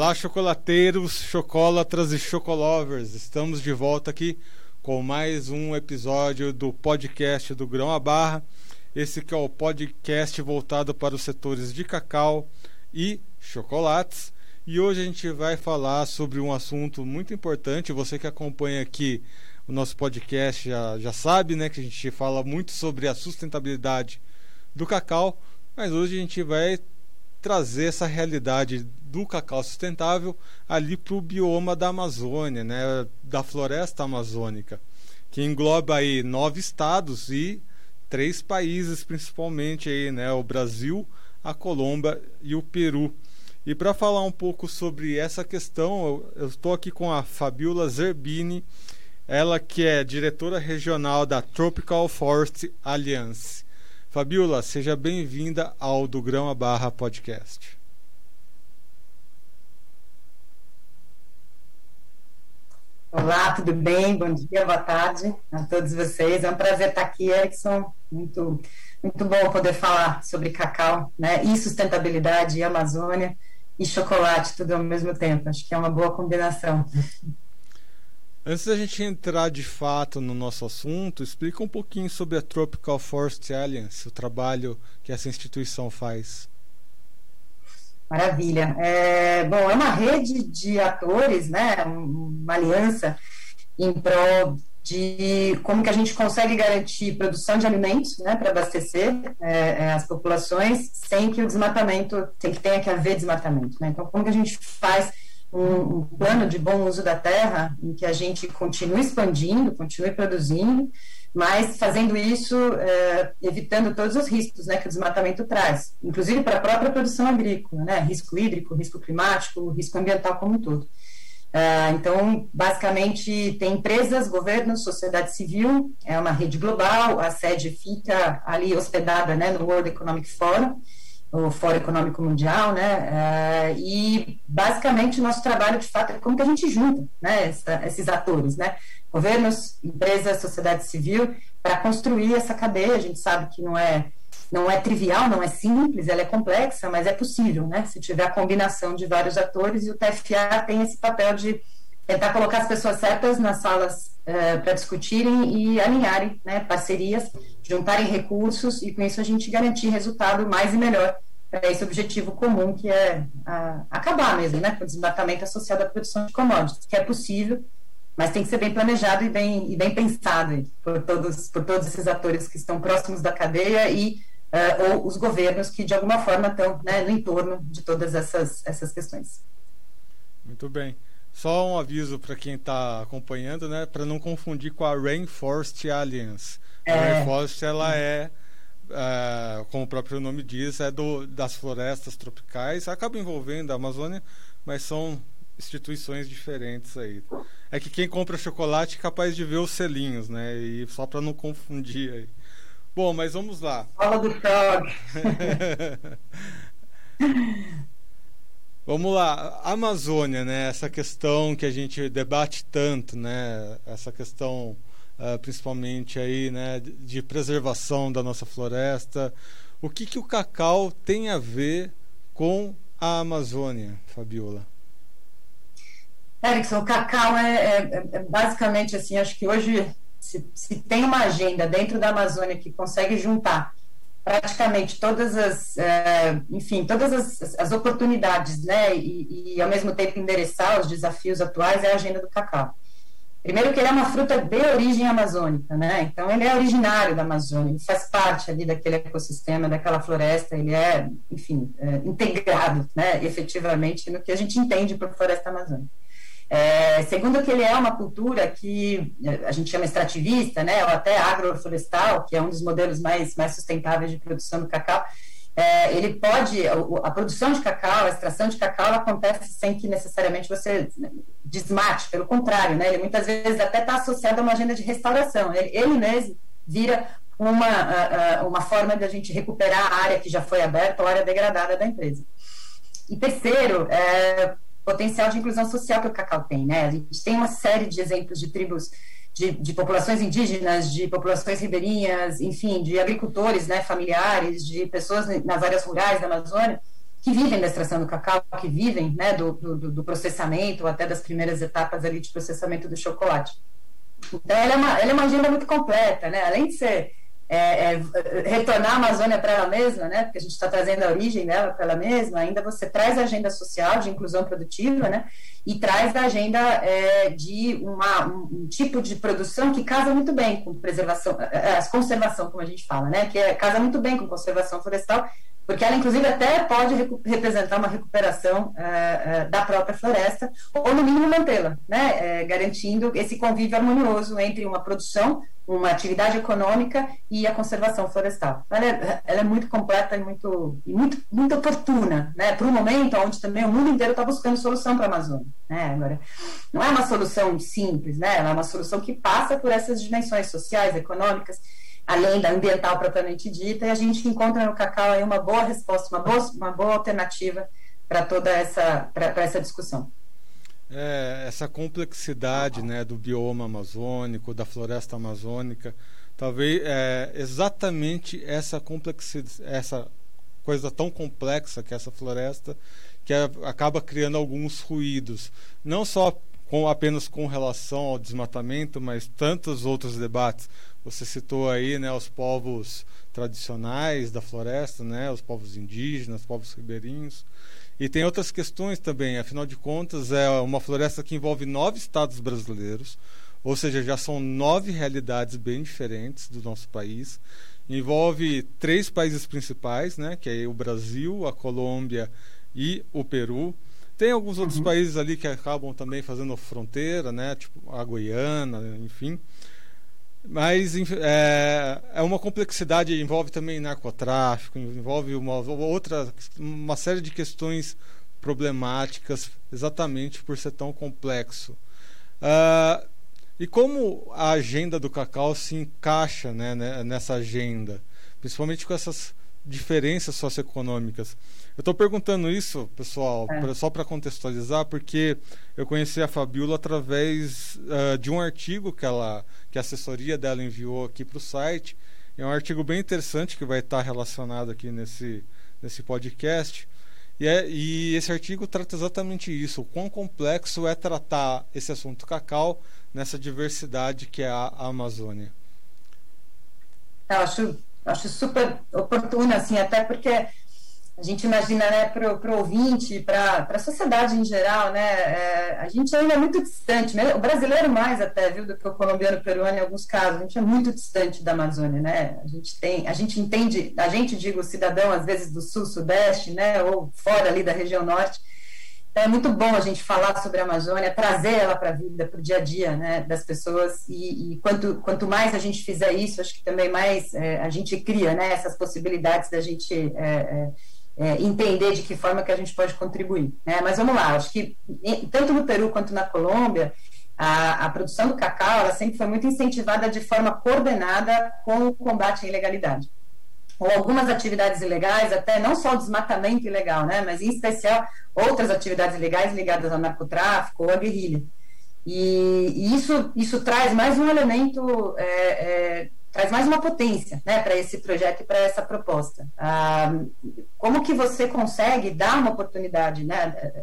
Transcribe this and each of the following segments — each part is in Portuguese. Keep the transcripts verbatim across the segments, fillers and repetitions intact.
Olá, chocolateiros, chocolatras e chocolovers. Estamos de volta aqui com mais um episódio do podcast do Grão à Barra. Esse que é o podcast voltado para os setores de cacau e chocolates. E hoje a gente vai falar sobre um assunto muito importante. Você que acompanha aqui o nosso podcast já, já sabe, né, que a gente fala muito sobre a sustentabilidade do cacau, mas hoje a gente vai trazer essa realidade do cacau sustentável ali para o bioma da Amazônia, né, da floresta amazônica, que engloba aí nove estados e três países principalmente aí, né, o Brasil, a Colômbia e o Peru. E para falar um pouco sobre essa questão, eu estou aqui com a Fabiola Zerbini, ela que é diretora regional da Tropical Forest Alliance. Fabiola, seja bem-vinda ao Do Grão à Barra Podcast. Olá, tudo bem? Bom dia, boa tarde a todos vocês. É um prazer estar aqui, Erickson. Muito, muito bom poder falar sobre cacau, né? E sustentabilidade, e Amazônia, e chocolate, tudo ao mesmo tempo. Acho que é uma boa combinação. Antes da gente entrar de fato no nosso assunto, explica um pouquinho sobre a Tropical Forest Alliance, o trabalho que essa instituição faz. Maravilha. É, bom, é uma rede de atores, né, uma aliança em prol de como que a gente consegue garantir produção de alimentos, né, para abastecer é, as populações sem que o desmatamento, sem que tenha que haver desmatamento, né? Então, como que a gente faz um, um plano de bom uso da terra em que a gente continue expandindo, continue produzindo, mas fazendo isso, é, evitando todos os riscos, né, que o desmatamento traz, inclusive para a própria produção agrícola, né, risco hídrico, risco climático, risco ambiental como um todo. É, então, basicamente, tem empresas, governos, sociedade civil, é uma rede global, a sede fica ali hospedada, né, no World Economic Forum, o Fórum Econômico Mundial, né, uh, e basicamente o nosso trabalho de fato é como que a gente junta, né, essa, esses atores, né, governos, empresas, sociedade civil, para construir essa cadeia. A gente sabe que não é, não é trivial, não é simples, ela é complexa, mas é possível, né, se tiver a combinação de vários atores, e o T F A tem esse papel de tentar colocar as pessoas certas nas salas uh, para discutirem e alinharem, né, parcerias, juntarem recursos, e com isso a gente garantir resultado mais e melhor para esse objetivo comum, que é uh, acabar mesmo, né, com o desmatamento associado à produção de commodities, que é possível, mas tem que ser bem planejado e bem, e bem pensado por todos, por todos esses atores que estão próximos da cadeia e uh, ou os governos que de alguma forma estão, né, no entorno de todas essas, essas questões. Muito bem. Só um aviso para quem está acompanhando, né, para não confundir com a Rainforest Alliance. A é. Rainforest, ela é, é, como o próprio nome diz, é do, das florestas tropicais, acaba envolvendo a Amazônia, mas são instituições diferentes aí. É que quem compra chocolate é capaz de ver os selinhos, né, e só para não confundir aí. Bom, mas vamos lá. Fala do frog. Vamos lá, a Amazônia, né, essa questão que a gente debate tanto, né, essa questão uh, principalmente aí, né, de, de preservação da nossa floresta. O que, que o cacau tem a ver com a Amazônia, Fabiola? Erickson, o cacau é, é, é basicamente assim, acho que hoje se, se tem uma agenda dentro da Amazônia que consegue juntar praticamente todas as, é, enfim, todas as, as oportunidades, né, e, e ao mesmo tempo endereçar os desafios atuais, é a agenda do cacau. Primeiro que ele é uma fruta de origem amazônica, né, então ele é originário da Amazônia, ele faz parte ali daquele ecossistema, daquela floresta, ele é, enfim, é, integrado, né, efetivamente no que a gente entende por floresta amazônica. É, segundo que ele é uma cultura que a gente chama extrativista, né, ou até agroflorestal, que é um dos modelos mais, mais sustentáveis de produção do cacau. É, ele pode, a produção de cacau, a extração de cacau, ela acontece sem que necessariamente você desmate, pelo contrário, né, ele muitas vezes até está associado a uma agenda de restauração, ele, ele mesmo vira uma, uma forma de a gente recuperar a área que já foi aberta ou a área degradada da empresa. E terceiro, é, potencial de inclusão social que o cacau tem, né? A gente tem uma série de exemplos de tribos, de, de populações indígenas, de populações ribeirinhas, enfim, de agricultores, né, familiares, de pessoas nas áreas rurais da Amazônia, que vivem da extração do cacau, que vivem, né, do, do, do processamento, ou até das primeiras etapas ali de processamento do chocolate. Então, ela é uma, ela é uma agenda muito completa, né? Além de ser é, é, retornar a Amazônia para ela mesma, né? Porque a gente está trazendo a origem dela para ela mesma, ainda você traz a agenda social de inclusão produtiva, né? E traz a agenda é, de uma, um, um tipo de produção que casa muito bem com preservação, a conservação, como a gente fala, né? Que é, casa muito bem com conservação florestal, porque ela, inclusive, até pode representar uma recuperação uh, uh, da própria floresta, ou, no mínimo, mantê-la, né? Uh, garantindo esse convívio harmonioso entre uma produção, uma atividade econômica e a conservação florestal. Ela é, ela é muito completa e muito, e muito, muito oportuna, né? Para um momento onde também o mundo inteiro está buscando solução para a Amazônia. Né? Agora, não é uma solução simples, né? Ela é uma solução que passa por essas dimensões sociais, econômicas, além da ambiental propriamente dita, e a gente encontra no cacau aí uma boa resposta, uma boa, uma boa alternativa para toda essa, para essa discussão. É, essa complexidade, né, do bioma amazônico, da floresta amazônica, talvez é, exatamente essa complexidade, essa coisa tão complexa que é essa floresta, que é, acaba criando alguns ruídos, não só com, apenas com relação ao desmatamento, mas tantos outros debates. Você citou aí, né, os povos tradicionais da floresta, né, os povos indígenas, povos ribeirinhos. E tem outras questões também. Afinal de contas, é uma floresta que envolve nove estados brasileiros, ou seja, já são nove realidades bem diferentes do nosso país. Envolve três países principais, né, que é o Brasil, a Colômbia e o Peru. Tem alguns outros uhum. países ali que acabam também fazendo fronteira, né, tipo a Guiana, enfim. Mas é, é uma complexidade, envolve também narcotráfico, envolve uma outra, uma série de questões problemáticas, exatamente por ser tão complexo. Uh, e como a agenda do cacau se encaixa, né, nessa agenda, principalmente com essas diferenças socioeconômicas? Eu estou perguntando isso, pessoal, é. pra, só para contextualizar, porque eu conheci a Fabiola através uh, de um artigo que, ela, que a assessoria dela enviou aqui para o site. É um artigo bem interessante que vai estar relacionado aqui nesse, nesse podcast. E, é, e esse artigo trata exatamente isso, o quão complexo é tratar esse assunto cacau nessa diversidade que é a, a Amazônia. Eu acho, acho super oportuno, assim, até porque a gente imagina, né, para o ouvinte, para a sociedade em geral, né, é, a gente ainda é muito distante, né, o brasileiro mais até, viu, do que o colombiano, peruano em alguns casos, a gente é muito distante da Amazônia, né, a gente tem, a gente entende, a gente, digo, cidadão, às vezes do sul, sudeste, né, ou fora ali da região norte, então é muito bom a gente falar sobre a Amazônia, trazer ela para a vida, para o dia a dia, né, das pessoas, e, e quanto, quanto mais a gente fizer isso, acho que também mais é, a gente cria, né, essas possibilidades da gente é, é, É, entender de que forma que a gente pode contribuir, né? Mas vamos lá, acho que tanto no Peru quanto na Colômbia a, a produção do cacau ela sempre foi muito incentivada de forma coordenada com o combate à ilegalidade, ou algumas atividades ilegais, até não só o desmatamento ilegal, né? Mas em especial outras atividades ilegais ligadas ao narcotráfico ou à guerrilha, e, e isso, isso traz mais um elemento é, é, traz mais uma potência, né, para esse projeto e para essa proposta. Ah, como que você consegue dar uma oportunidade, né,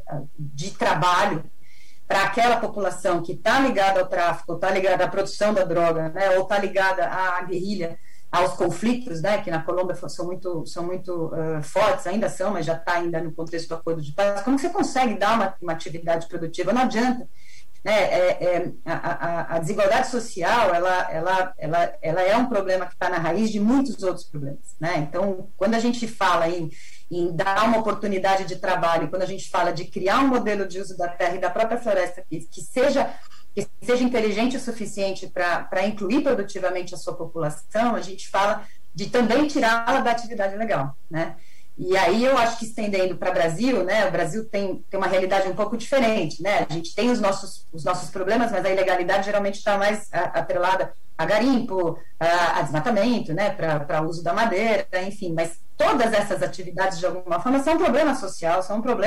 de trabalho para aquela população que está ligada ao tráfico, está ligada à produção da droga, né, ou está ligada à guerrilha, aos conflitos, né, que na Colômbia são muito, são muito uh, fortes, ainda são, mas já está ainda no contexto do acordo de paz. Como você consegue dar uma, uma atividade produtiva? Não adianta. Né, é, é, a, a desigualdade social ela, ela, ela, ela é um problema que está na raiz de muitos outros problemas, né? Então, quando a gente fala em, em dar uma oportunidade de trabalho, quando a gente fala de criar um modelo de uso da terra e da própria floresta que, que, seja, que seja inteligente o suficiente para incluir produtivamente a sua população, a gente fala de também tirá-la da atividade legal, né? E aí eu acho que estendendo para o Brasil, né, o Brasil tem, tem uma realidade um pouco diferente, né, a gente tem os nossos, os nossos problemas, mas a ilegalidade geralmente está mais a, atrelada a garimpo, a, a desmatamento, né, para uso da madeira, enfim, mas todas essas atividades de alguma forma são um problema social, são um problema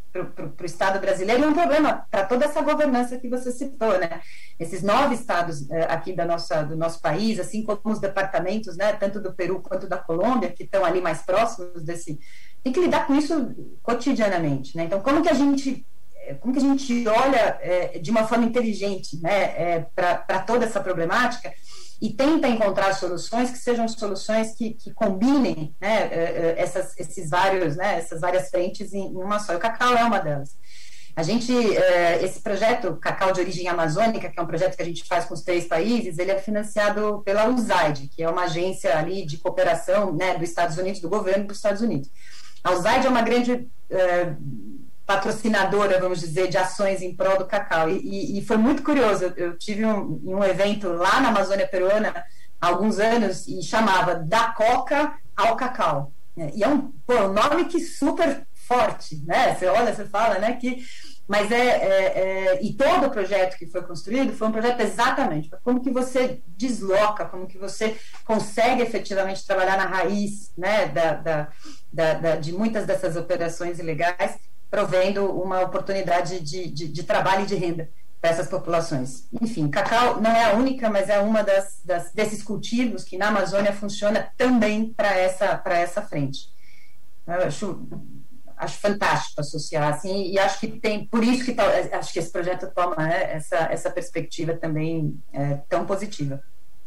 para o Estado brasileiro e um problema para toda essa governança que você citou, né? Esses nove estados é, aqui da nossa, do nosso país, assim como os departamentos, né, tanto do Peru quanto da Colômbia, que estão ali mais próximos desse... Tem que lidar com isso cotidianamente, né? Então, como que a gente... como que a gente olha é, de uma forma inteligente, né, é, para toda essa problemática e tenta encontrar soluções que sejam soluções que, que combinem, né, é, essas, esses vários, né, essas várias frentes em, em uma só. E o cacau é uma delas. A gente, é, esse projeto Cacau de Origem Amazônica, que é um projeto que a gente faz com os três países, ele é financiado pela U S A I D, que é uma agência ali de cooperação, né, dos Estados Unidos, do governo dos Estados Unidos. A U S A I D é uma grande... É, patrocinadora, vamos dizer, de ações em prol do cacau. E, e, e foi muito curioso. Eu, eu tive um, um evento lá na Amazônia Peruana há alguns anos e chamava Da Coca ao Cacau. E é um, pô, um nome que super forte, né? Você olha, você fala, né? Que, mas é, é, é... E todo o projeto que foi construído foi um projeto exatamente como que você desloca, como que você consegue efetivamente trabalhar na raiz, né? Da, da, da, da, de muitas dessas operações ilegais, provendo uma oportunidade de, de, de trabalho e de renda para essas populações. Enfim, cacau não é a única, mas é uma das, das desses cultivos que na Amazônia funciona também para essa, para essa frente. Eu acho, acho fantástico associar, assim, e acho que tem, por isso que acho que esse projeto toma, né, essa, essa perspectiva também é, tão positiva.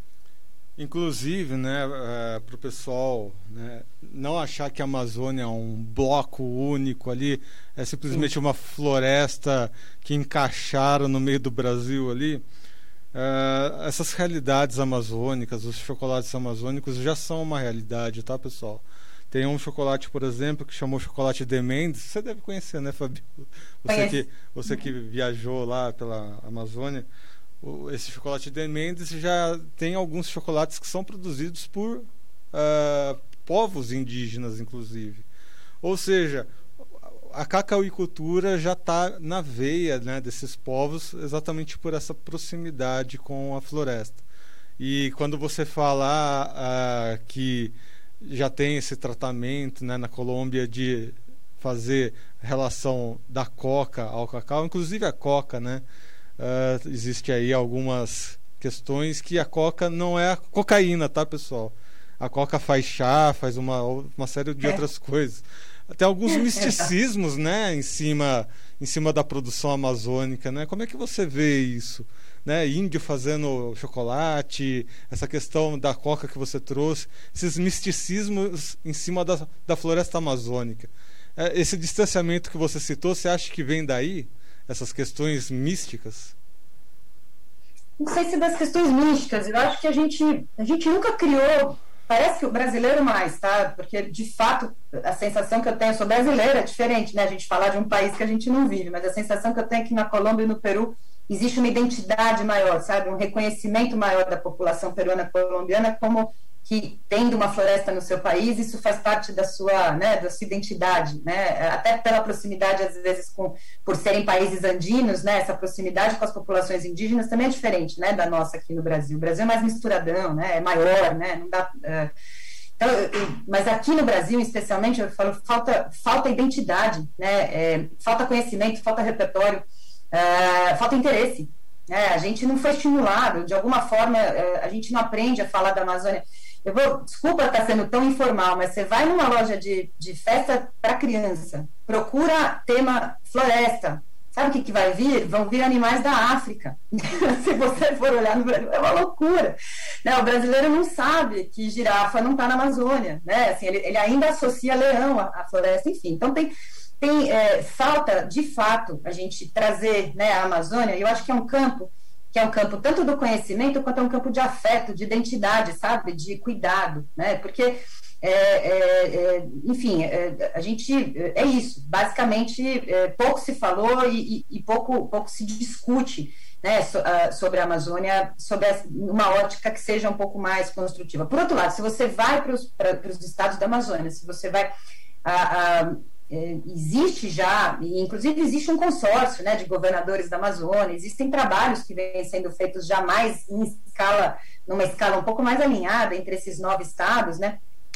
Inclusive, né, é, para o pessoal, né, não achar que a Amazônia é um bloco único ali, é simplesmente Sim. uma floresta que encaixaram no meio do Brasil ali. É, essas realidades amazônicas, os chocolates amazônicos já são uma realidade, tá, pessoal? Tem um chocolate, por exemplo, que chamou chocolate de Mendes. Você deve conhecer, né, Fabi? Você que, você que viajou lá pela Amazônia. Esse chocolate de Mendes já tem alguns chocolates que são produzidos por uh, povos indígenas, inclusive. Ou seja, a cacauicultura já está na veia, né, desses povos, exatamente por essa proximidade com a floresta. E quando você fala uh, que já tem esse tratamento, né, na Colômbia de fazer relação da coca ao cacau, inclusive a coca, né? Uh, existe aí algumas questões que a coca não é a cocaína, tá, pessoal? A coca faz chá, faz uma, uma série de é. outras coisas. Tem alguns misticismos, né, em cima, em cima da produção amazônica, né? Como é que você vê isso? Né? Índio fazendo chocolate, essa questão da coca que você trouxe, esses misticismos em cima da, da floresta amazônica. É, esse distanciamento que você citou, você acha que vem daí? Essas questões místicas? Não sei se das questões místicas, eu acho que a gente, a gente nunca criou, parece que o brasileiro mais, tá? Porque, de fato, a sensação que eu tenho, eu sou brasileira, é diferente, né? A gente falar de um país que a gente não vive, mas a sensação que eu tenho é que na Colômbia e no Peru existe uma identidade maior, sabe? Um reconhecimento maior da população peruana colombiana como que, tendo uma floresta no seu país, isso faz parte da sua, né, da sua identidade, né? Até pela proximidade, às vezes, com, por serem países andinos, né? Essa proximidade com as populações indígenas também é diferente, né, da nossa aqui no Brasil. O Brasil é mais misturadão, né? É maior, né? Não dá... Uh... Então, eu, mas aqui no Brasil, especialmente, eu falo, falta, falta identidade, né? É, falta conhecimento, falta repertório, uh, falta interesse. Né? A gente não foi estimulado, de alguma forma, uh, a gente não aprende a falar da Amazônia. Eu vou, desculpa estar sendo tão informal, mas você vai numa loja de, de festa para criança, procura tema floresta. Sabe o que, que vai vir? Vão vir animais da África. Se você for olhar no Brasil, é uma loucura. Né? O brasileiro não sabe que girafa não está na Amazônia. Né? Assim, ele, ele ainda associa leão à, à floresta, enfim. Então, tem, tem é, falta, de fato, a gente trazer, né, a Amazônia, e eu acho que é um campo que é um campo tanto do conhecimento quanto é um campo de afeto, de identidade, sabe? De cuidado, né? Porque, é, é, é, enfim, é, a gente... É isso. Basicamente, é, pouco se falou e, e pouco, pouco se discute, né, so, a, sobre a Amazônia, sobre a, uma ótica que seja um pouco mais construtiva. Por outro lado, se você vai para os estados da Amazônia, se você vai... A, a, existe já, e inclusive existe um consórcio, né, de governadores da Amazônia, existem trabalhos que vêm sendo feitos já mais em escala, numa escala um pouco mais alinhada entre esses nove estados, né,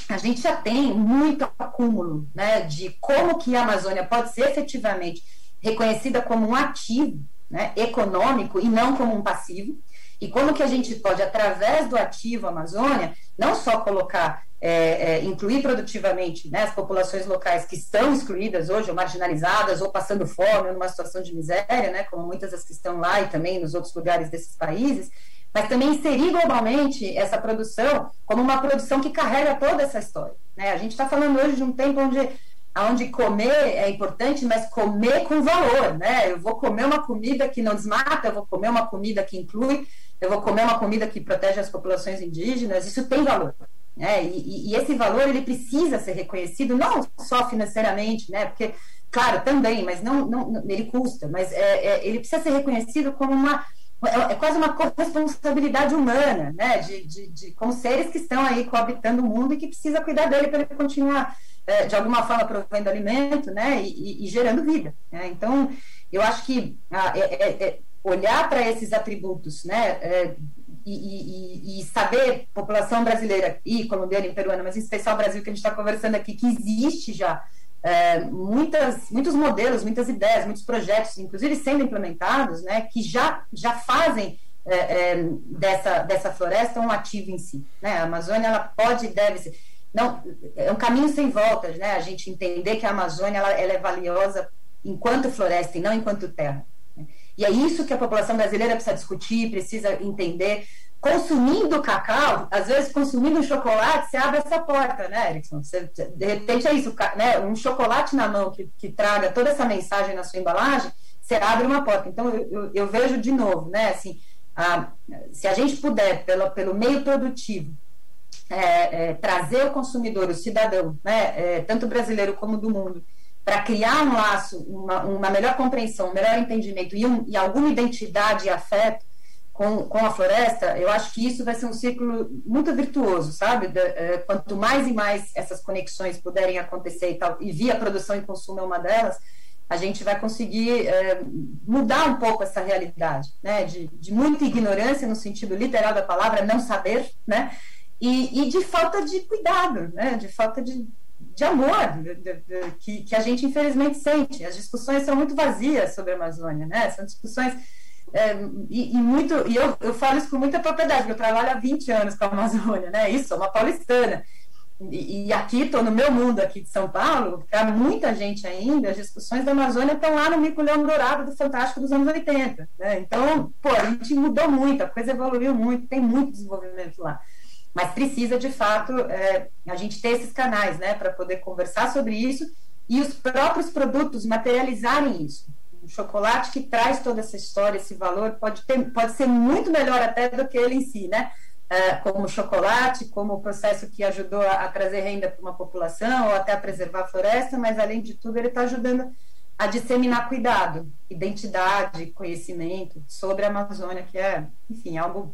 a gente já tem muito acúmulo, né, de como que a Amazônia pode ser efetivamente reconhecida como um ativo, né, econômico e não como um passivo, e como que a gente pode, através do ativo Amazônia, não só colocar, é, é, incluir produtivamente, né, as populações locais que estão excluídas hoje, ou marginalizadas, ou passando fome, ou numa situação de miséria, né, como muitas das que estão lá e também nos outros lugares desses países, mas também inserir globalmente essa produção como uma produção que carrega toda essa história, né? A gente está falando hoje de um tempo onde, onde comer é importante, mas comer com valor, né? Eu vou comer uma comida que não desmata, eu vou comer uma comida que inclui, eu vou comer uma comida que protege as populações indígenas, isso tem valor, né? E, e esse valor, ele precisa ser reconhecido, não só financeiramente, né? Porque, claro, também, mas não, não ele custa, mas é, é, ele precisa ser reconhecido como uma... É quase uma corresponsabilidade humana, né? De, de, de, como seres que estão aí coabitando o mundo e que precisa cuidar dele para ele continuar, é, de alguma forma, provendo alimento, né? E, e, e gerando vida, né? Então, eu acho que ah, é, é, é olhar para esses atributos, né? É, e, e, e saber, população brasileira e colombiana e peruana, mas em especial o Brasil, que a gente está conversando aqui, que existe já É, muitas, muitos modelos, muitas ideias, muitos projetos, inclusive sendo implementados, né, que já, já fazem é, é, dessa, dessa floresta um ativo em si, né? A Amazônia, ela pode e deve ser, não, é um caminho sem voltas, né? A gente entender que a Amazônia, ela, ela é valiosa enquanto floresta e não enquanto terra, né? E é isso que a população brasileira precisa discutir, precisa entender. Consumindo cacau, às vezes consumindo um chocolate, você abre essa porta, né, Erickson? Você, de repente é isso, né? Um chocolate na mão que, que traga toda essa mensagem na sua embalagem, você abre uma porta. Então eu, eu, eu vejo de novo, né? Assim, a, se a gente puder, pelo, pelo meio produtivo, é, é, trazer o consumidor, o cidadão, né, é, tanto brasileiro como do mundo, para criar um laço, uma, uma melhor compreensão, um melhor entendimento e, um, e alguma identidade e afeto Com, com a floresta, eu acho que isso vai ser um ciclo muito virtuoso, sabe? De, é, quanto mais e mais essas conexões puderem acontecer e tal, e via produção e consumo é uma delas, a gente vai conseguir é, mudar um pouco essa realidade, né? De, de muita ignorância, no sentido literal da palavra, não saber, né? E, e de falta de cuidado, né? De falta de, de amor, de, de, de, que, que a gente infelizmente sente. As discussões são muito vazias sobre a Amazônia, né? São discussões... É, e, e, muito, e eu, eu falo isso com muita propriedade, porque eu trabalho há vinte anos com a Amazônia, né? Isso, sou uma paulistana. E, e aqui, estou no meu mundo aqui de São Paulo, para muita gente ainda, as discussões da Amazônia estão lá no mico-leão dourado do Fantástico dos anos oitenta. Né? Então, pô, a gente mudou muito, a coisa evoluiu muito, tem muito desenvolvimento lá. Mas precisa, de fato, é, a gente ter esses canais, né, para poder conversar sobre isso e os próprios produtos materializarem isso. O chocolate que traz toda essa história, esse valor, pode, ter, pode ser muito melhor até do que ele em si, né? É, como chocolate, como o processo que ajudou a, a trazer renda para uma população ou até a preservar a floresta, mas além de tudo ele está ajudando a disseminar cuidado, identidade, conhecimento sobre a Amazônia, que é, enfim, algo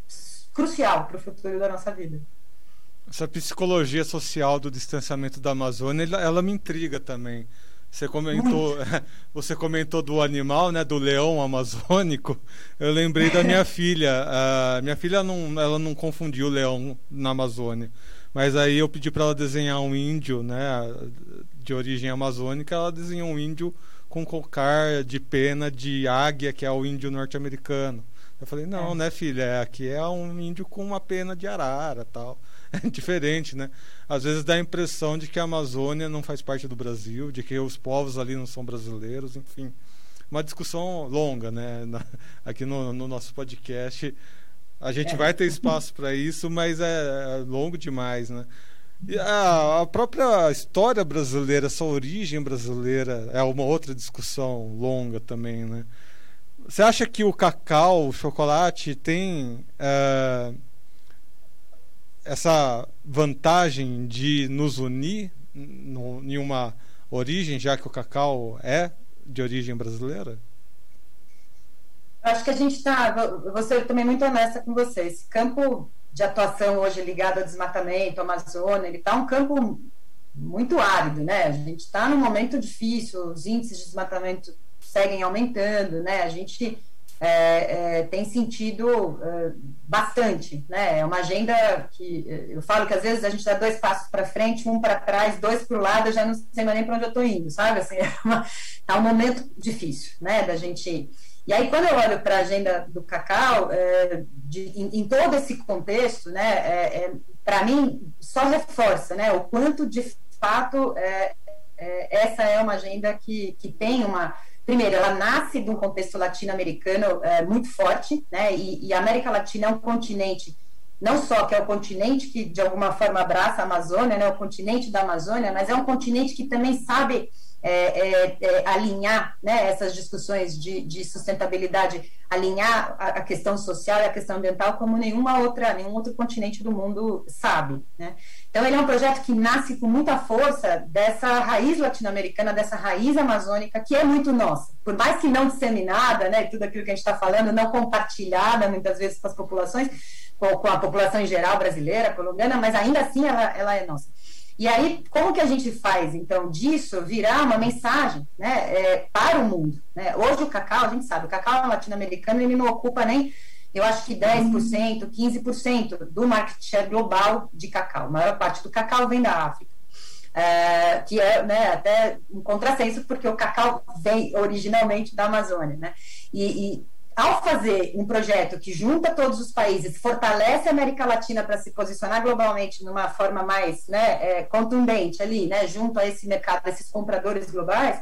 crucial para o futuro da nossa vida. Essa psicologia social do distanciamento da Amazônia, ela, ela me intriga também. Você comentou, você comentou do animal, né, do leão amazônico. Eu lembrei da minha filha. A minha filha não, ela não confundiu o leão na Amazônia, mas aí eu pedi para ela desenhar um índio, né, de origem amazônica. Ela desenhou um índio com cocar de pena de águia, que é o índio norte-americano. Eu falei, não, é. né, filha, aqui é um índio com uma pena de arara, tal. É diferente, né? Às vezes dá a impressão de que a Amazônia não faz parte do Brasil, de que os povos ali não são brasileiros, enfim. Uma discussão longa, né? Na, aqui no, no nosso podcast a gente é. vai ter espaço para isso, mas é, é longo demais, né? E a, a própria história brasileira, essa origem brasileira, é uma outra discussão longa também, né? Você acha que o cacau, o chocolate, tem é, essa vantagem de nos unir no, em uma origem, já que o cacau é de origem brasileira? Acho que a gente está... Vou ser também muito honesta com você. Esse campo de atuação hoje ligado ao desmatamento, à Amazônia, ele está um campo muito árido, né? A gente está num momento difícil, os índices de desmatamento seguem aumentando, né? A gente é, é, tem sentido é, bastante, né? É uma agenda que eu falo que às vezes a gente dá dois passos para frente, um para trás, dois para o lado, eu já não sei mais nem para onde eu estou indo, sabe? Assim, é uma, tá um momento difícil, né? Da gente. E aí, quando eu olho para a agenda do cacau, é, de, em, em todo esse contexto, né? É, é, para mim, só reforça, né? O quanto de fato é, é, essa é uma agenda que, que tem uma. Primeiro, ela nasce de um contexto latino-americano é, muito forte, né? E, e a América Latina é um continente, não só que é o continente que de alguma forma abraça a Amazônia, né? O continente da Amazônia, mas é um continente que também sabe é, é, é, alinhar, né? Essas discussões de, de sustentabilidade, alinhar a, a questão social e a questão ambiental como nenhuma outra, nenhum outro continente do mundo sabe, né? Então, ele é um projeto que nasce com muita força dessa raiz latino-americana, dessa raiz amazônica, que é muito nossa. Por mais que não disseminada, né, tudo aquilo que a gente está falando, não compartilhada muitas vezes com as populações, com, com a população em geral brasileira, colombiana, mas ainda assim ela, ela é nossa. E aí, como que a gente faz, então, disso virar uma mensagem, né, é, para o mundo, né? Hoje o cacau, a gente sabe, o cacau latino-americano, ele não ocupa nem... Eu acho que dez por cento, quinze por cento do market share global de cacau. A maior parte do cacau vem da África. É, que é, né, até um contrassenso, porque o cacau vem originalmente da Amazônia, né? E, e ao fazer um projeto que junta todos os países, fortalece a América Latina para se posicionar globalmente numa forma mais, né, é, contundente ali, né, junto a esse mercado, esses compradores globais,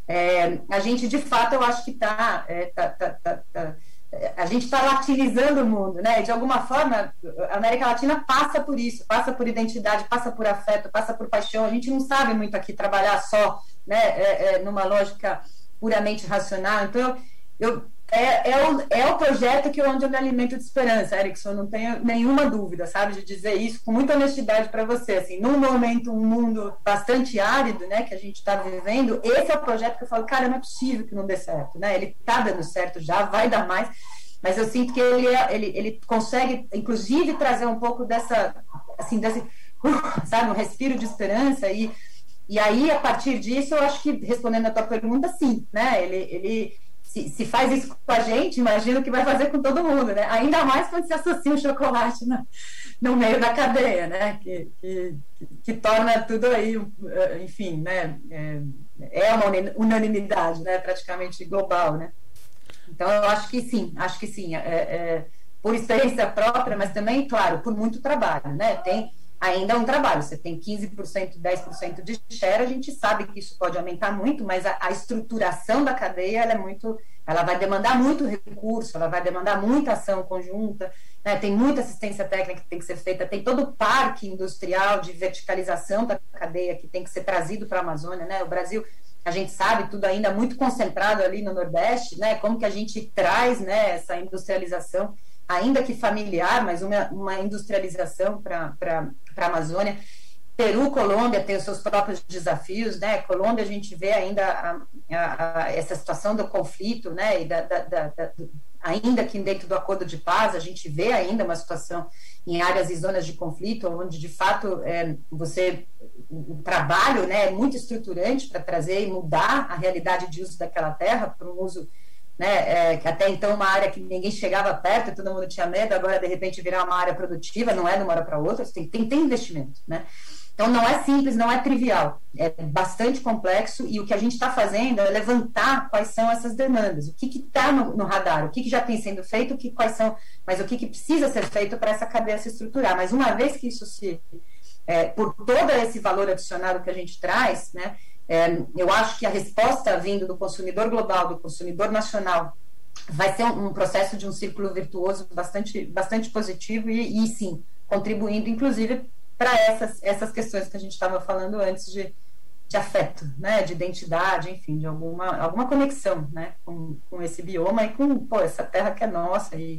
é, a gente, de fato, eu acho que está... É, tá, tá, tá, tá, a gente está latinizando o mundo, né? De alguma forma, a América Latina passa por isso, passa por identidade, passa por afeto, passa por paixão. A gente não sabe muito aqui trabalhar só, né, é, é, numa lógica puramente racional. Então, eu, é, é, o, é o projeto que onde eu me alimento de esperança, Erickson, não tenho nenhuma dúvida, sabe, de dizer isso com muita honestidade para você. Assim, num momento, um mundo bastante árido, né, que a gente está vivendo, esse é o projeto que eu falo, cara, não é possível que não dê certo, né? Ele está dando certo já, vai dar mais, mas eu sinto que ele, é, ele, ele consegue, inclusive, trazer um pouco dessa, assim, desse, uh, sabe, um respiro de esperança e, e aí, a partir disso, eu acho que, respondendo a tua pergunta, sim, né, ele... ele Se, se faz isso com a gente, imagino que vai fazer com todo mundo, né? Ainda mais quando se associa o chocolate no, no meio da cadeia, né? Que, que, que torna tudo aí, enfim, né? É, é uma unanimidade, né? Praticamente global, né? Então, eu acho que sim, acho que sim. É, é, por experiência própria, mas também, claro, por muito trabalho, né? Tem ainda um trabalho, você tem quinze por cento, dez por cento de share, a gente sabe que isso pode aumentar muito, mas a, a estruturação da cadeia, ela é muito, ela vai demandar muito recurso, ela vai demandar muita ação conjunta, né? Tem muita assistência técnica que tem que ser feita, tem todo o parque industrial de verticalização da cadeia que tem que ser trazido para a Amazônia, né? O Brasil, a gente sabe, tudo ainda muito concentrado ali no Nordeste, né? Como que a gente traz, né, essa industrialização, ainda que familiar, mas uma, uma industrialização para a Amazônia. Peru, Colômbia tem os seus próprios desafios, né? Colômbia, a gente vê ainda a, a, a, essa situação do conflito, né? E da, da, da, da, ainda que dentro do acordo de paz, a gente vê ainda uma situação em áreas e zonas de conflito, onde, de fato, é, você, o trabalho, né, é muito estruturante para trazer e mudar a realidade de uso daquela terra para um uso, né, é, que até então uma área que ninguém chegava perto, todo mundo tinha medo, agora de repente virar uma área produtiva, não é de uma hora para outra, tem, tem, tem investimento, né? Então não é simples, não é trivial, é bastante complexo, e o que a gente está fazendo é levantar quais são essas demandas, o que está no, no radar, o que, que já tem sendo feito, o que, quais são, mas o que, que precisa ser feito para essa cadeia se estruturar. Mas uma vez que isso se, é, por todo esse valor adicionado que a gente traz, né, É, eu acho que a resposta vindo do consumidor global, do consumidor nacional, vai ser um, um processo de um círculo virtuoso bastante, bastante positivo e, e sim, contribuindo inclusive para essas, essas questões que a gente estava falando antes de, de afeto, né, de identidade, enfim, de alguma, alguma conexão, né, com, com esse bioma e com, pô, essa terra que é nossa e,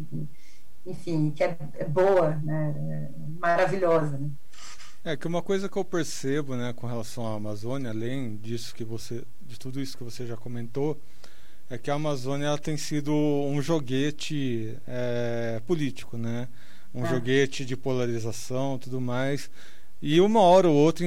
enfim, que é, é boa, né, é maravilhosa, né. É que uma coisa que eu percebo, né, com relação à Amazônia, além disso que você, de tudo isso que você já comentou, é que a Amazônia ela tem sido um joguete é, político, né, um é. joguete de polarização, tudo mais. E uma hora ou outra,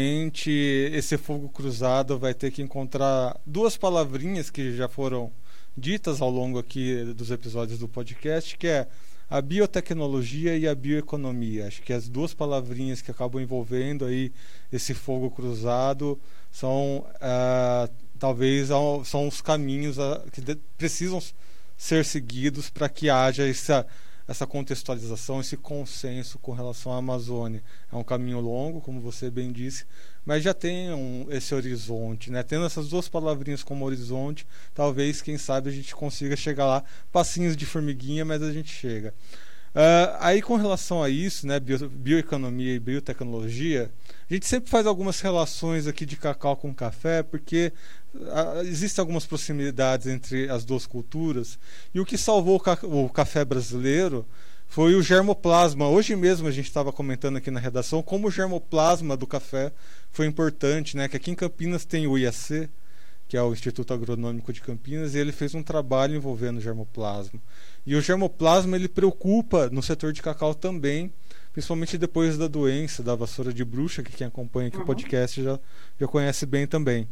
invariavelmente, esse fogo cruzado vai ter que encontrar duas palavrinhas que já foram ditas ao longo aqui dos episódios do podcast, que é a biotecnologia e a bioeconomia. Acho que as duas palavrinhas que acabam envolvendo aí esse fogo cruzado são uh, talvez são os caminhos uh, que de, precisam ser seguidos para que haja essa, essa contextualização, esse consenso com relação à Amazônia. É um caminho longo, como você bem disse, mas já tem um, esse horizonte, né? Tendo essas duas palavrinhas como horizonte, talvez, quem sabe, a gente consiga chegar lá, passinhos de formiguinha, mas a gente chega. Uh, aí, com relação a isso, né, bio, bioeconomia e biotecnologia, a gente sempre faz algumas relações aqui de cacau com café, porque uh, existem algumas proximidades entre as duas culturas, e o que salvou o, ca o café brasileiro foi o germoplasma. Hoje mesmo a gente estava comentando aqui na redação como o germoplasma do café foi importante, né? Que aqui em Campinas tem o I A C, que é o Instituto Agronômico de Campinas, e ele fez um trabalho envolvendo o germoplasma. E o germoplasma ele preocupa no setor de cacau também, principalmente depois da doença da vassoura de bruxa, que quem acompanha aqui uhum. o podcast já, já conhece bem também.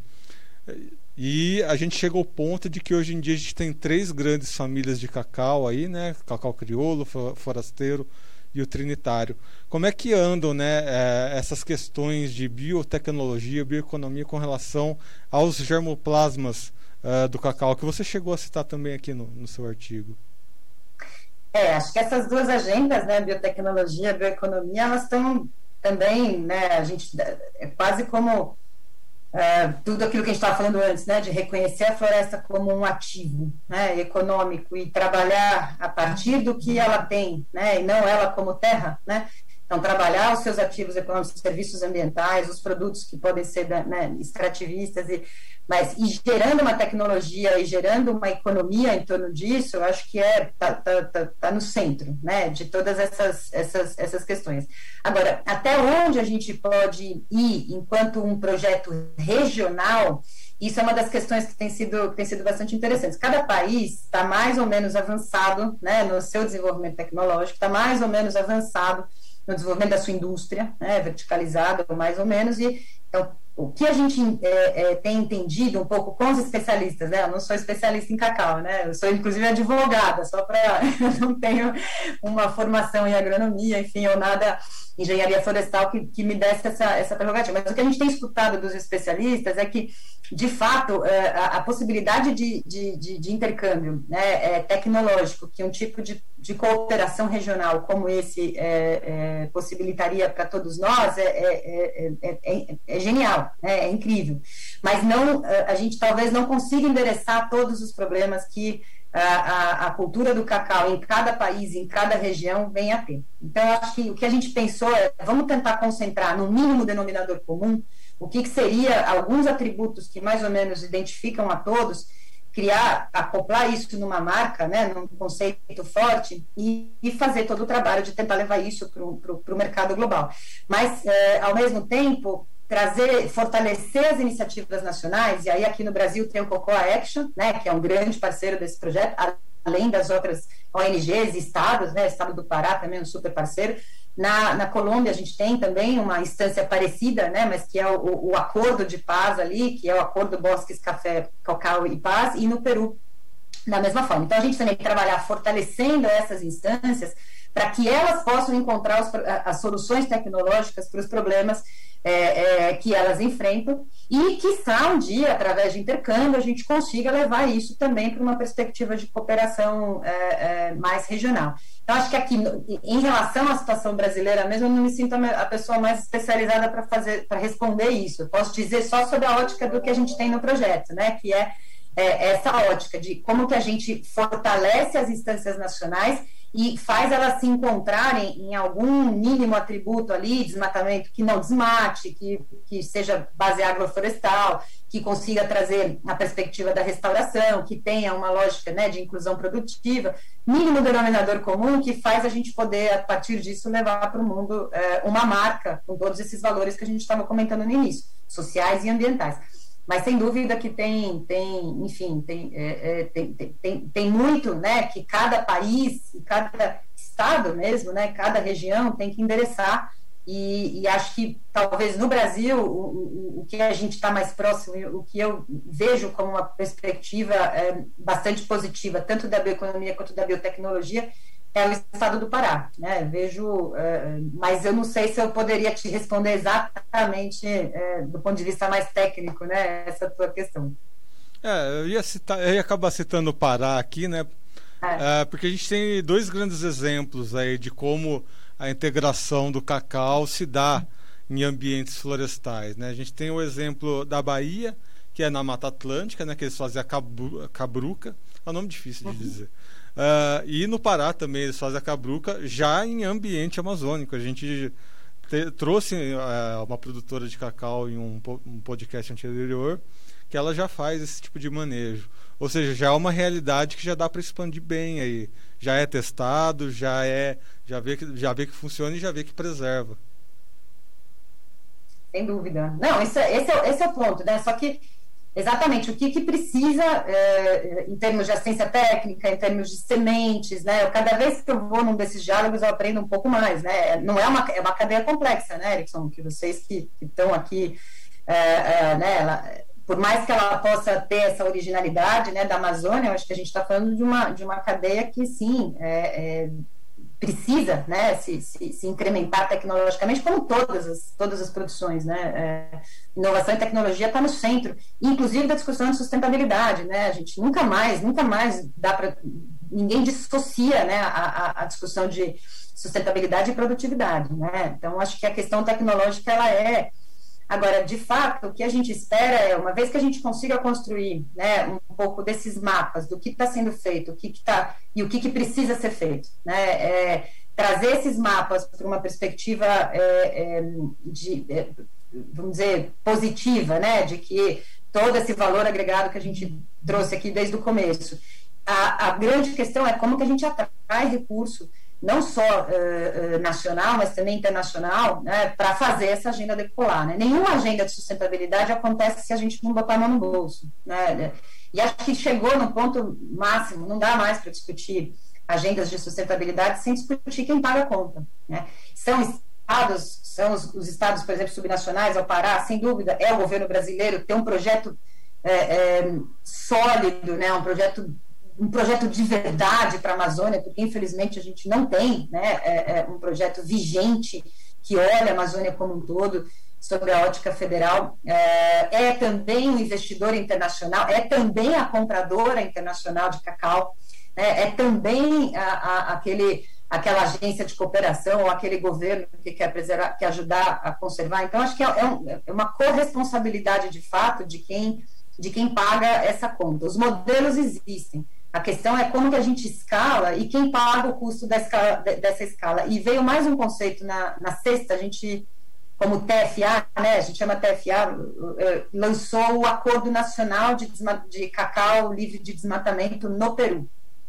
E a gente chega ao ponto de que hoje em dia a gente tem três grandes famílias de cacau aí, né? Cacau crioulo, forasteiro e o trinitário. Como é que andam, né, essas questões de biotecnologia, bioeconomia com relação aos germoplasmas uh, do cacau, que você chegou a citar também aqui no, no seu artigo? É, acho que essas duas agendas, né, biotecnologia e bioeconomia, elas estão também, né, a gente, é quase como Uh, tudo aquilo que a gente estava falando antes, né, de reconhecer a floresta como um ativo, né, econômico e trabalhar a partir do que ela tem, né, e não ela como terra, né. Então, trabalhar os seus ativos econômicos, os serviços ambientais, os produtos que podem ser, né, extrativistas, e, mas e gerando uma tecnologia e gerando uma economia em torno disso, eu acho que é tá, tá, tá, tá no centro, né, de todas essas, essas, essas questões. Agora, até onde a gente pode ir enquanto um projeto regional, isso é uma das questões que tem sido, que tem sido bastante interessantes. Cada país está mais ou menos avançado, né, no seu desenvolvimento tecnológico, está mais ou menos avançado no desenvolvimento da sua indústria, né, verticalizado mais ou menos, e então, o que a gente é, é, tem entendido um pouco com os especialistas, né, eu não sou especialista em cacau, né, eu sou inclusive advogada, só para, não tenho uma formação em agronomia, enfim, ou nada, engenharia florestal que, que me desse essa, essa prerrogativa, mas o que a gente tem escutado dos especialistas é que, de fato, a, a possibilidade de, de, de, de intercâmbio, né, é, tecnológico, que um tipo de, de cooperação regional como esse é, é, possibilitaria para todos nós, é, é, é, é, é genial, né, é incrível. Mas não, a gente talvez não consiga endereçar todos os problemas que a, a, a cultura do cacau em cada país, em cada região, vem a ter. Então, eu acho que o que a gente pensou é, vamos tentar concentrar no mínimo denominador comum, o que, que seria alguns atributos que mais ou menos identificam a todos, criar, acoplar isso numa marca, né, num conceito forte e, e fazer todo o trabalho de tentar levar isso para o mercado global. Mas, é, ao mesmo tempo, trazer, fortalecer as iniciativas nacionais, e aí aqui no Brasil tem o Cocoa Action, né, que é um grande parceiro desse projeto, além das outras O N Gs e estados, né, o estado do Pará também é um super parceiro. Na, na Colômbia a gente tem também uma instância parecida, né, mas que é o, o acordo de paz ali, que é o acordo Bosques, Café, Cacau e Paz, e no Peru da mesma forma. Então a gente também tem que trabalhar fortalecendo essas instâncias para que elas possam encontrar os, as soluções tecnológicas para os problemas é, é, que elas enfrentam e, quiçá, um dia, através de intercâmbio, a gente consiga levar isso também para uma perspectiva de cooperação é, é, mais regional. Então, acho que aqui, em relação à situação brasileira mesmo, eu não me sinto a pessoa mais especializada para fazer, para responder isso. Eu posso dizer só sobre a ótica do que a gente tem no projeto, né, que é, é essa ótica de como que a gente fortalece as instâncias nacionais e faz elas se encontrarem em algum mínimo atributo ali, desmatamento que não desmate, que, que seja base agroflorestal, que consiga trazer a perspectiva da restauração, que tenha uma lógica, né, de inclusão produtiva, mínimo denominador comum que faz a gente poder, a partir disso, levar para o mundo é, uma marca com todos esses valores que a gente estava comentando no início, sociais e ambientais. Mas sem dúvida que tem, tem enfim, tem, é, é, tem, tem, tem muito, né, que cada país, cada estado mesmo, né, cada região tem que endereçar E, e acho que talvez no Brasil o, o, o que a gente está mais próximo, o que eu vejo como uma perspectiva é, bastante positiva, tanto da bioeconomia quanto da biotecnologia, é o estado do Pará, né? Vejo, é, mas eu não sei se eu poderia te responder exatamente é, do ponto de vista mais técnico, né? Essa tua questão. É, eu ia citar, eu ia acabar citando o Pará aqui, né? É. É, porque a gente tem dois grandes exemplos aí de como a integração do cacau se dá em ambientes florestais, né? A gente tem o exemplo da Bahia, que é na Mata Atlântica, né? Que eles fazem a cabru, cabruca, é um nome difícil de dizer. Uh, e no Pará também eles fazem a cabruca já em ambiente amazônico. A gente te, trouxe uh, uma produtora de cacau em um, um podcast anterior que ela já faz esse tipo de manejo. Ou seja, já é uma realidade que já dá para expandir bem aí. Já é testado, já é, já vê que, já vê que funciona e já vê que preserva. Sem dúvida. Não, esse, esse, é, esse é o ponto, né? Só que exatamente, o que, que precisa é, em termos de assistência técnica, em termos de sementes, né? Eu, cada vez que eu vou num desses diálogos eu aprendo um pouco mais, né? Não é uma, é uma cadeia complexa, né, Erickson? Que vocês que, que estão aqui, é, é, né? Ela, por mais que ela possa ter essa originalidade, né, da Amazônia, eu acho que a gente está falando de uma, de uma cadeia que, sim, é, é, precisa, né, se, se, se incrementar tecnologicamente, como todas as, todas as produções, né, é, inovação e tecnologia está no centro, inclusive da discussão de sustentabilidade, né, a gente nunca mais, nunca mais dá para, ninguém dissocia, né, a, a, a discussão de sustentabilidade e produtividade, né, então acho que a questão tecnológica, ela é, agora, de fato, o que a gente espera é, uma vez que a gente consiga construir, né, um pouco desses mapas do que está sendo feito, o que que tá, e o que, que precisa ser feito, né, é, trazer esses mapas para uma perspectiva é, é, de, é, vamos dizer, positiva, né, de que todo esse valor agregado que a gente trouxe aqui desde o começo. A, a grande questão é como que a gente atrai recurso, não só uh, uh, nacional, mas também internacional, né, para fazer essa agenda decolar. Né? Nenhuma agenda de sustentabilidade acontece se a gente não botar a mão no bolso. Né? E acho que chegou no ponto máximo, não dá mais para discutir agendas de sustentabilidade sem discutir quem paga a conta. Né? São estados, são os, os estados, por exemplo, subnacionais, ao Pará, sem dúvida, é o governo brasileiro ter um projeto é, é, sólido, né, um projeto um projeto de verdade para a Amazônia, porque infelizmente a gente não tem, né, é, é um projeto vigente que olha a Amazônia como um todo, sobre a ótica federal, é, é também um investidor internacional, é também a compradora internacional de cacau, né, é também a, a, aquele, aquela agência de cooperação ou aquele governo que quer preservar, que ajudar a conservar. Então, acho que é, é, um, é uma corresponsabilidade de fato de quem, de quem paga essa conta. Os modelos existem. A questão é como que a gente escala e quem paga o custo da escala, dessa escala. E veio mais um conceito na, na sexta, a gente, como T F A, né, a gente chama T F A, lançou o Acordo Nacional de, de Cacau Livre de Desmatamento no Peru.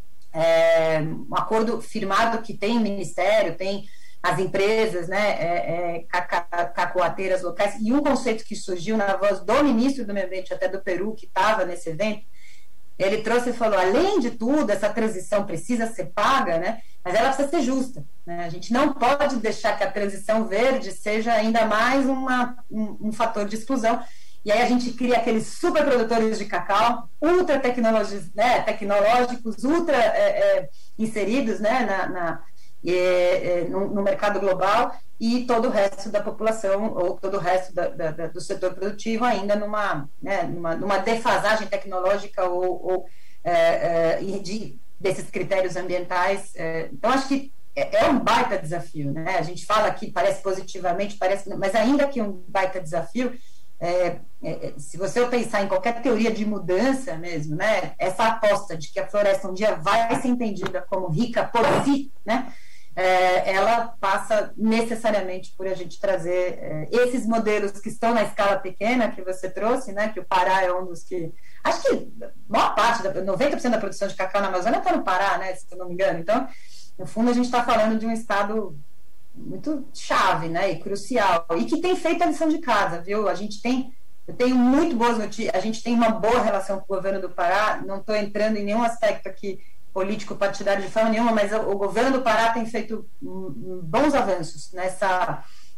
É um acordo firmado que tem ministério, tem as empresas, né, é, é, cacoateiras locais, e um conceito que surgiu na voz do ministro do Meio Ambiente, até do Peru, que estava nesse evento, ele trouxe e falou, além de tudo, essa transição precisa ser paga, né, mas ela precisa ser justa. Né, a gente não pode deixar que a transição verde seja ainda mais uma, um, um fator de exclusão. E aí a gente cria aqueles superprodutores de cacau, ultra tecnológicos, né, tecnológicos ultra é, é, inseridos, né, na, na, é, é, no, no mercado global, e todo o resto da população, ou todo o resto da, da, da, do setor produtivo ainda numa, né, numa, numa defasagem tecnológica ou, ou é, é, de, desses critérios ambientais. É, então, acho que é, é um baita desafio. Né? A gente fala que parece positivamente, parece, mas ainda que um baita desafio, é, é, se você pensar em qualquer teoria de mudança mesmo, né, essa aposta de que a floresta um dia vai ser entendida como rica por si, né, É, ela passa necessariamente por a gente trazer é, esses modelos que estão na escala pequena que você trouxe, né, que o Pará é um dos que... Acho que a maior parte, da, noventa por cento da produção de cacau na Amazônia está no Pará, né, se eu não me engano. Então, no fundo, a gente está falando de um estado muito chave, né, e crucial, e que tem feito a lição de casa, viu? A gente tem... Eu tenho muito boas notícias, a gente tem uma boa relação com o governo do Pará, não estou entrando em nenhum aspecto aqui político partidário de forma nenhuma, mas o, o governo do Pará tem feito um, um, bons avanços nessa,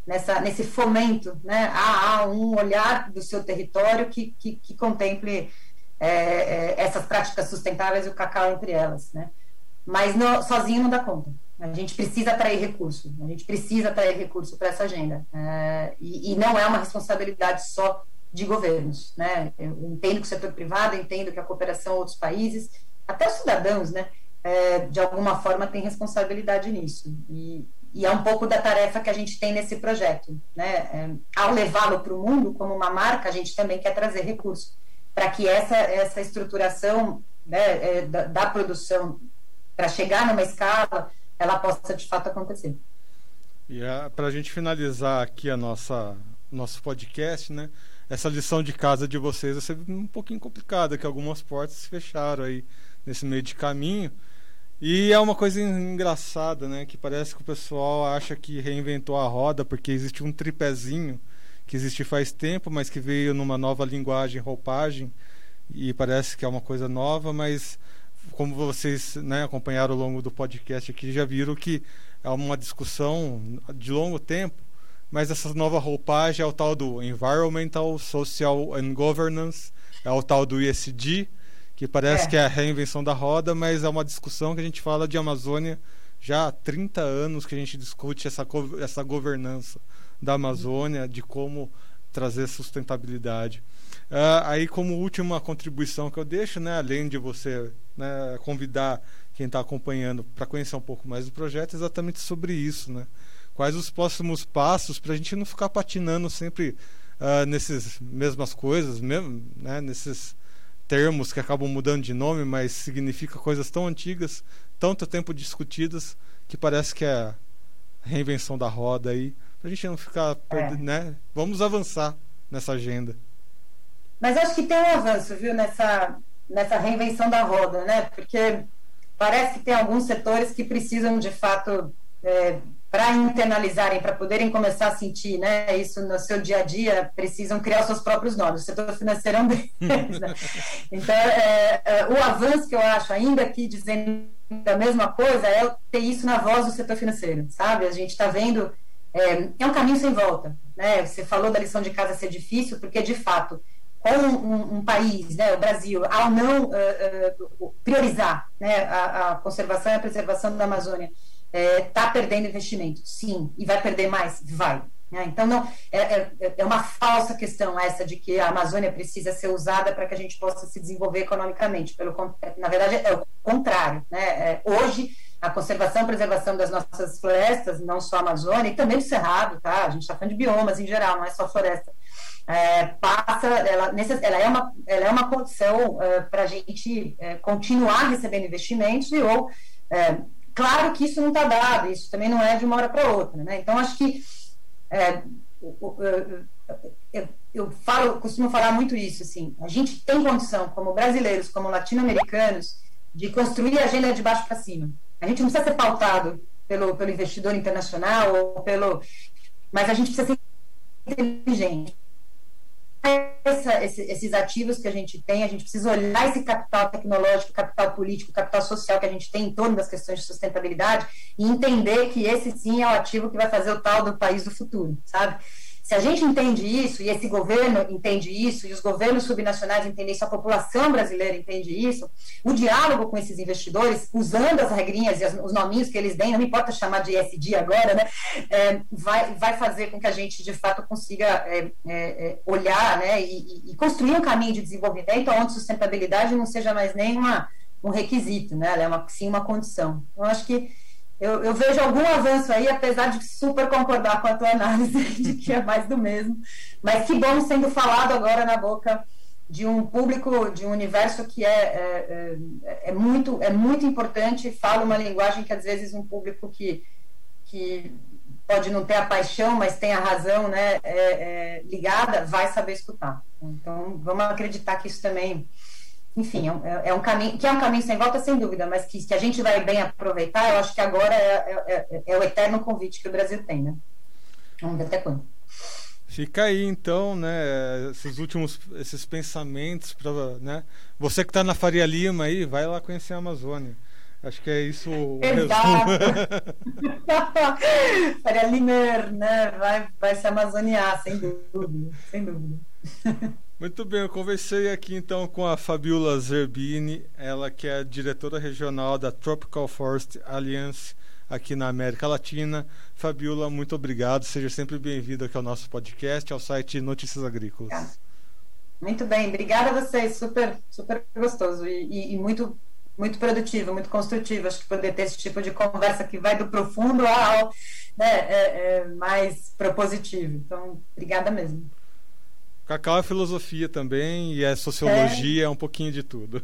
nessa, nesse fomento, né, a, a um olhar do seu território que, que, que contemple é, é, essas práticas sustentáveis e o cacau entre elas, né? Mas não, sozinho não dá conta. A gente precisa atrair recurso, a gente precisa atrair recurso para essa agenda. É, e, e não é uma responsabilidade só de governos, né? Eu entendo que o setor privado, entendo que a cooperação a outros países, até os cidadãos, né, é, de alguma forma tem responsabilidade nisso. E, e é um pouco da tarefa que a gente tem nesse projeto, né? É, ao levá-lo para o mundo como uma marca, a gente também quer trazer recurso para que essa, essa estruturação, né, é, da, da produção para chegar numa escala, ela possa de fato acontecer. E é, para a gente finalizar aqui a nossa nosso podcast, né? Essa lição de casa de vocês vai ser um pouquinho complicada, que algumas portas se fecharam aí nesse meio de caminho. E é uma coisa engraçada, né? Que parece que o pessoal acha que reinventou a roda porque existe um tripézinho que existe faz tempo, mas que veio numa nova linguagem, roupagem, e parece que é uma coisa nova, mas como vocês, né, acompanharam ao longo do podcast aqui, já viram que é uma discussão de longo tempo, mas essa nova roupagem é o tal do Environmental, Social and Governance, é o tal do E S G, que parece é. que é a reinvenção da roda, mas é uma discussão que a gente fala de Amazônia já há trinta anos, que a gente discute essa, essa governança da Amazônia, de como trazer sustentabilidade. Uh, aí, como última contribuição que eu deixo, né, além de você, né, convidar quem está acompanhando para conhecer um pouco mais do projeto, é exatamente sobre isso, né? Quais os próximos passos para a gente não ficar patinando sempre uh, nessas mesmas coisas, mesmo, né, nesses termos que acabam mudando de nome, mas significa coisas tão antigas, tanto tempo discutidas, que parece que é a reinvenção da roda aí, para a gente não ficar perdendo, é. né? Vamos avançar nessa agenda. Mas acho que tem um avanço, viu, nessa, nessa reinvenção da roda, né? Porque parece que tem alguns setores que precisam, de fato, é, para internalizarem, para poderem começar a sentir, né, isso no seu dia a dia, precisam criar os seus próprios nomes. O setor financeiro é um deles, né? Então, é, é, o avanço que eu acho, ainda aqui dizendo a mesma coisa, é ter isso na voz do setor financeiro, sabe? A gente está vendo, é, é um caminho sem volta, né? Você falou da lição de casa ser difícil, porque, de fato, com um, um país, né, o Brasil, ao não uh, uh, priorizar, né, a, a conservação e a preservação da Amazônia, está é, perdendo investimento, sim, e vai perder mais? Vai. Né? Então, não, é, é, é uma falsa questão essa de que a Amazônia precisa ser usada para que a gente possa se desenvolver economicamente. Pelo, na verdade, é o contrário. Né? É, hoje, a conservação e preservação das nossas florestas, não só a Amazônia, e também do Cerrado, tá? A gente está falando de biomas em geral, não é só floresta. É, passa, ela, necess, ela, é uma, ela é uma condição é, para a gente é, continuar recebendo investimentos e ou é, claro que isso não está dado, isso também não é de uma hora para outra, né? Então acho que é, eu, eu, eu falo, costumo falar muito isso, assim, a gente tem condição, como brasileiros, como latino-americanos, de construir a agenda de baixo para cima. A gente não precisa ser pautado pelo, pelo investidor internacional ou pelo, mas a gente precisa ser inteligente. Essa, esse, esses ativos que a gente tem, a gente precisa olhar esse capital tecnológico, capital político, capital social que a gente tem em torno das questões de sustentabilidade e entender que esse sim é o ativo que vai fazer o tal do país do futuro, sabe? Se a gente entende isso, e esse governo entende isso, e os governos subnacionais entendem isso, a população brasileira entende isso, o diálogo com esses investidores, usando as regrinhas e as, os nominhos que eles deem, não me importa chamar de E S G agora, né, é, vai, vai fazer com que a gente, de fato, consiga é, é, olhar, né, e, e construir um caminho de desenvolvimento onde sustentabilidade não seja mais nem uma, um requisito, né, ela é uma, sim uma condição. Então, acho que Eu, eu vejo algum avanço aí, apesar de super concordar com a tua análise de que é mais do mesmo. Mas que bom sendo falado agora na boca de um público, de um universo que é, é, é, muito, é muito importante, fala uma linguagem que às vezes um público que, que pode não ter a paixão, mas tem a razão, né, é, é, ligada, vai saber escutar. Então vamos acreditar que isso também... Enfim, é, é um caminho, que é um caminho sem volta, sem dúvida, mas que, que a gente vai bem aproveitar, eu acho que agora é, é, é, é o eterno convite que o Brasil tem, né? Vamos ver até quando. Fica aí, então, né, esses últimos, esses pensamentos, pra, né? Você que está na Faria Lima aí, vai lá conhecer a Amazônia. Acho que é isso o Exato. Faria Limer, né? Vai, vai se amazoniar, sem dúvida, sem dúvida. Muito bem, eu conversei aqui então com a Fabiola Zerbini, ela que é a diretora regional da Tropical Forest Alliance aqui na América Latina. Fabiola, muito obrigado, seja sempre bem-vinda aqui ao nosso podcast, ao site Notícias Agrícolas. Muito bem, obrigada a vocês, super, super gostoso e, e, e muito, muito produtivo, muito construtivo. Acho que poder ter esse tipo de conversa que vai do profundo ao, né, é, é mais propositivo. Então, obrigada mesmo. Cacau é filosofia também e é sociologia, é, é um pouquinho de tudo.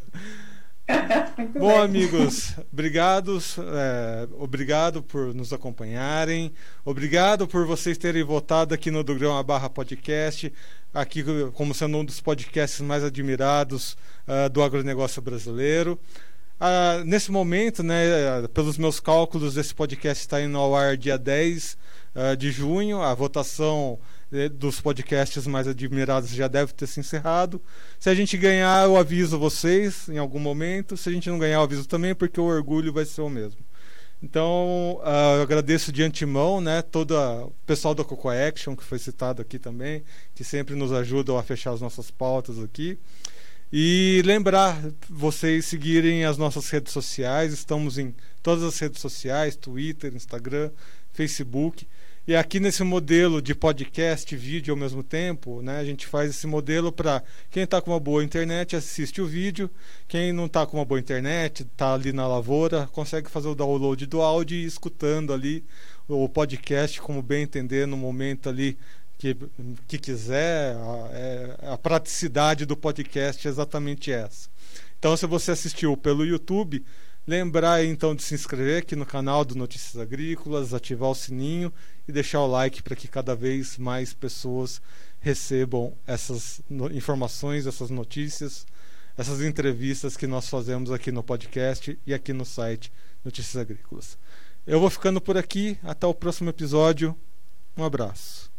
Bom, bem. Amigos, obrigados, é, obrigado por nos acompanharem, obrigado por vocês terem votado aqui no Do Grão à Barra Podcast, aqui como sendo um dos podcasts mais admirados uh, do agronegócio brasileiro. Uh, nesse momento, né, pelos meus cálculos, esse podcast está indo ao ar dia dez uh, de junho, a votação dos podcasts mais admirados já deve ter se encerrado. Se a gente ganhar, eu aviso vocês em algum momento. Se a gente não ganhar, eu aviso também, porque o orgulho vai ser o mesmo. Então, uh, eu agradeço de antemão, né, todo o pessoal da Coco Action, que foi citado aqui também, que sempre nos ajudam a fechar as nossas pautas aqui. E lembrar vocês seguirem as nossas redes sociais. Estamos em todas as redes sociais, Twitter, Instagram, Facebook. E aqui nesse modelo de podcast e vídeo ao mesmo tempo, né, a gente faz esse modelo para quem está com uma boa internet, assiste o vídeo. Quem não está com uma boa internet, está ali na lavoura, consegue fazer o download do áudio e ir escutando ali o podcast como bem entender no momento ali que, que quiser. A, é, a praticidade do podcast é exatamente essa. Então, se você assistiu pelo YouTube, lembrar então de se inscrever aqui no canal do Notícias Agrícolas, ativar o sininho e deixar o like para que cada vez mais pessoas recebam essas informações, essas notícias, essas entrevistas que nós fazemos aqui no podcast e aqui no site Notícias Agrícolas. Eu vou ficando por aqui, até o próximo episódio. Um abraço.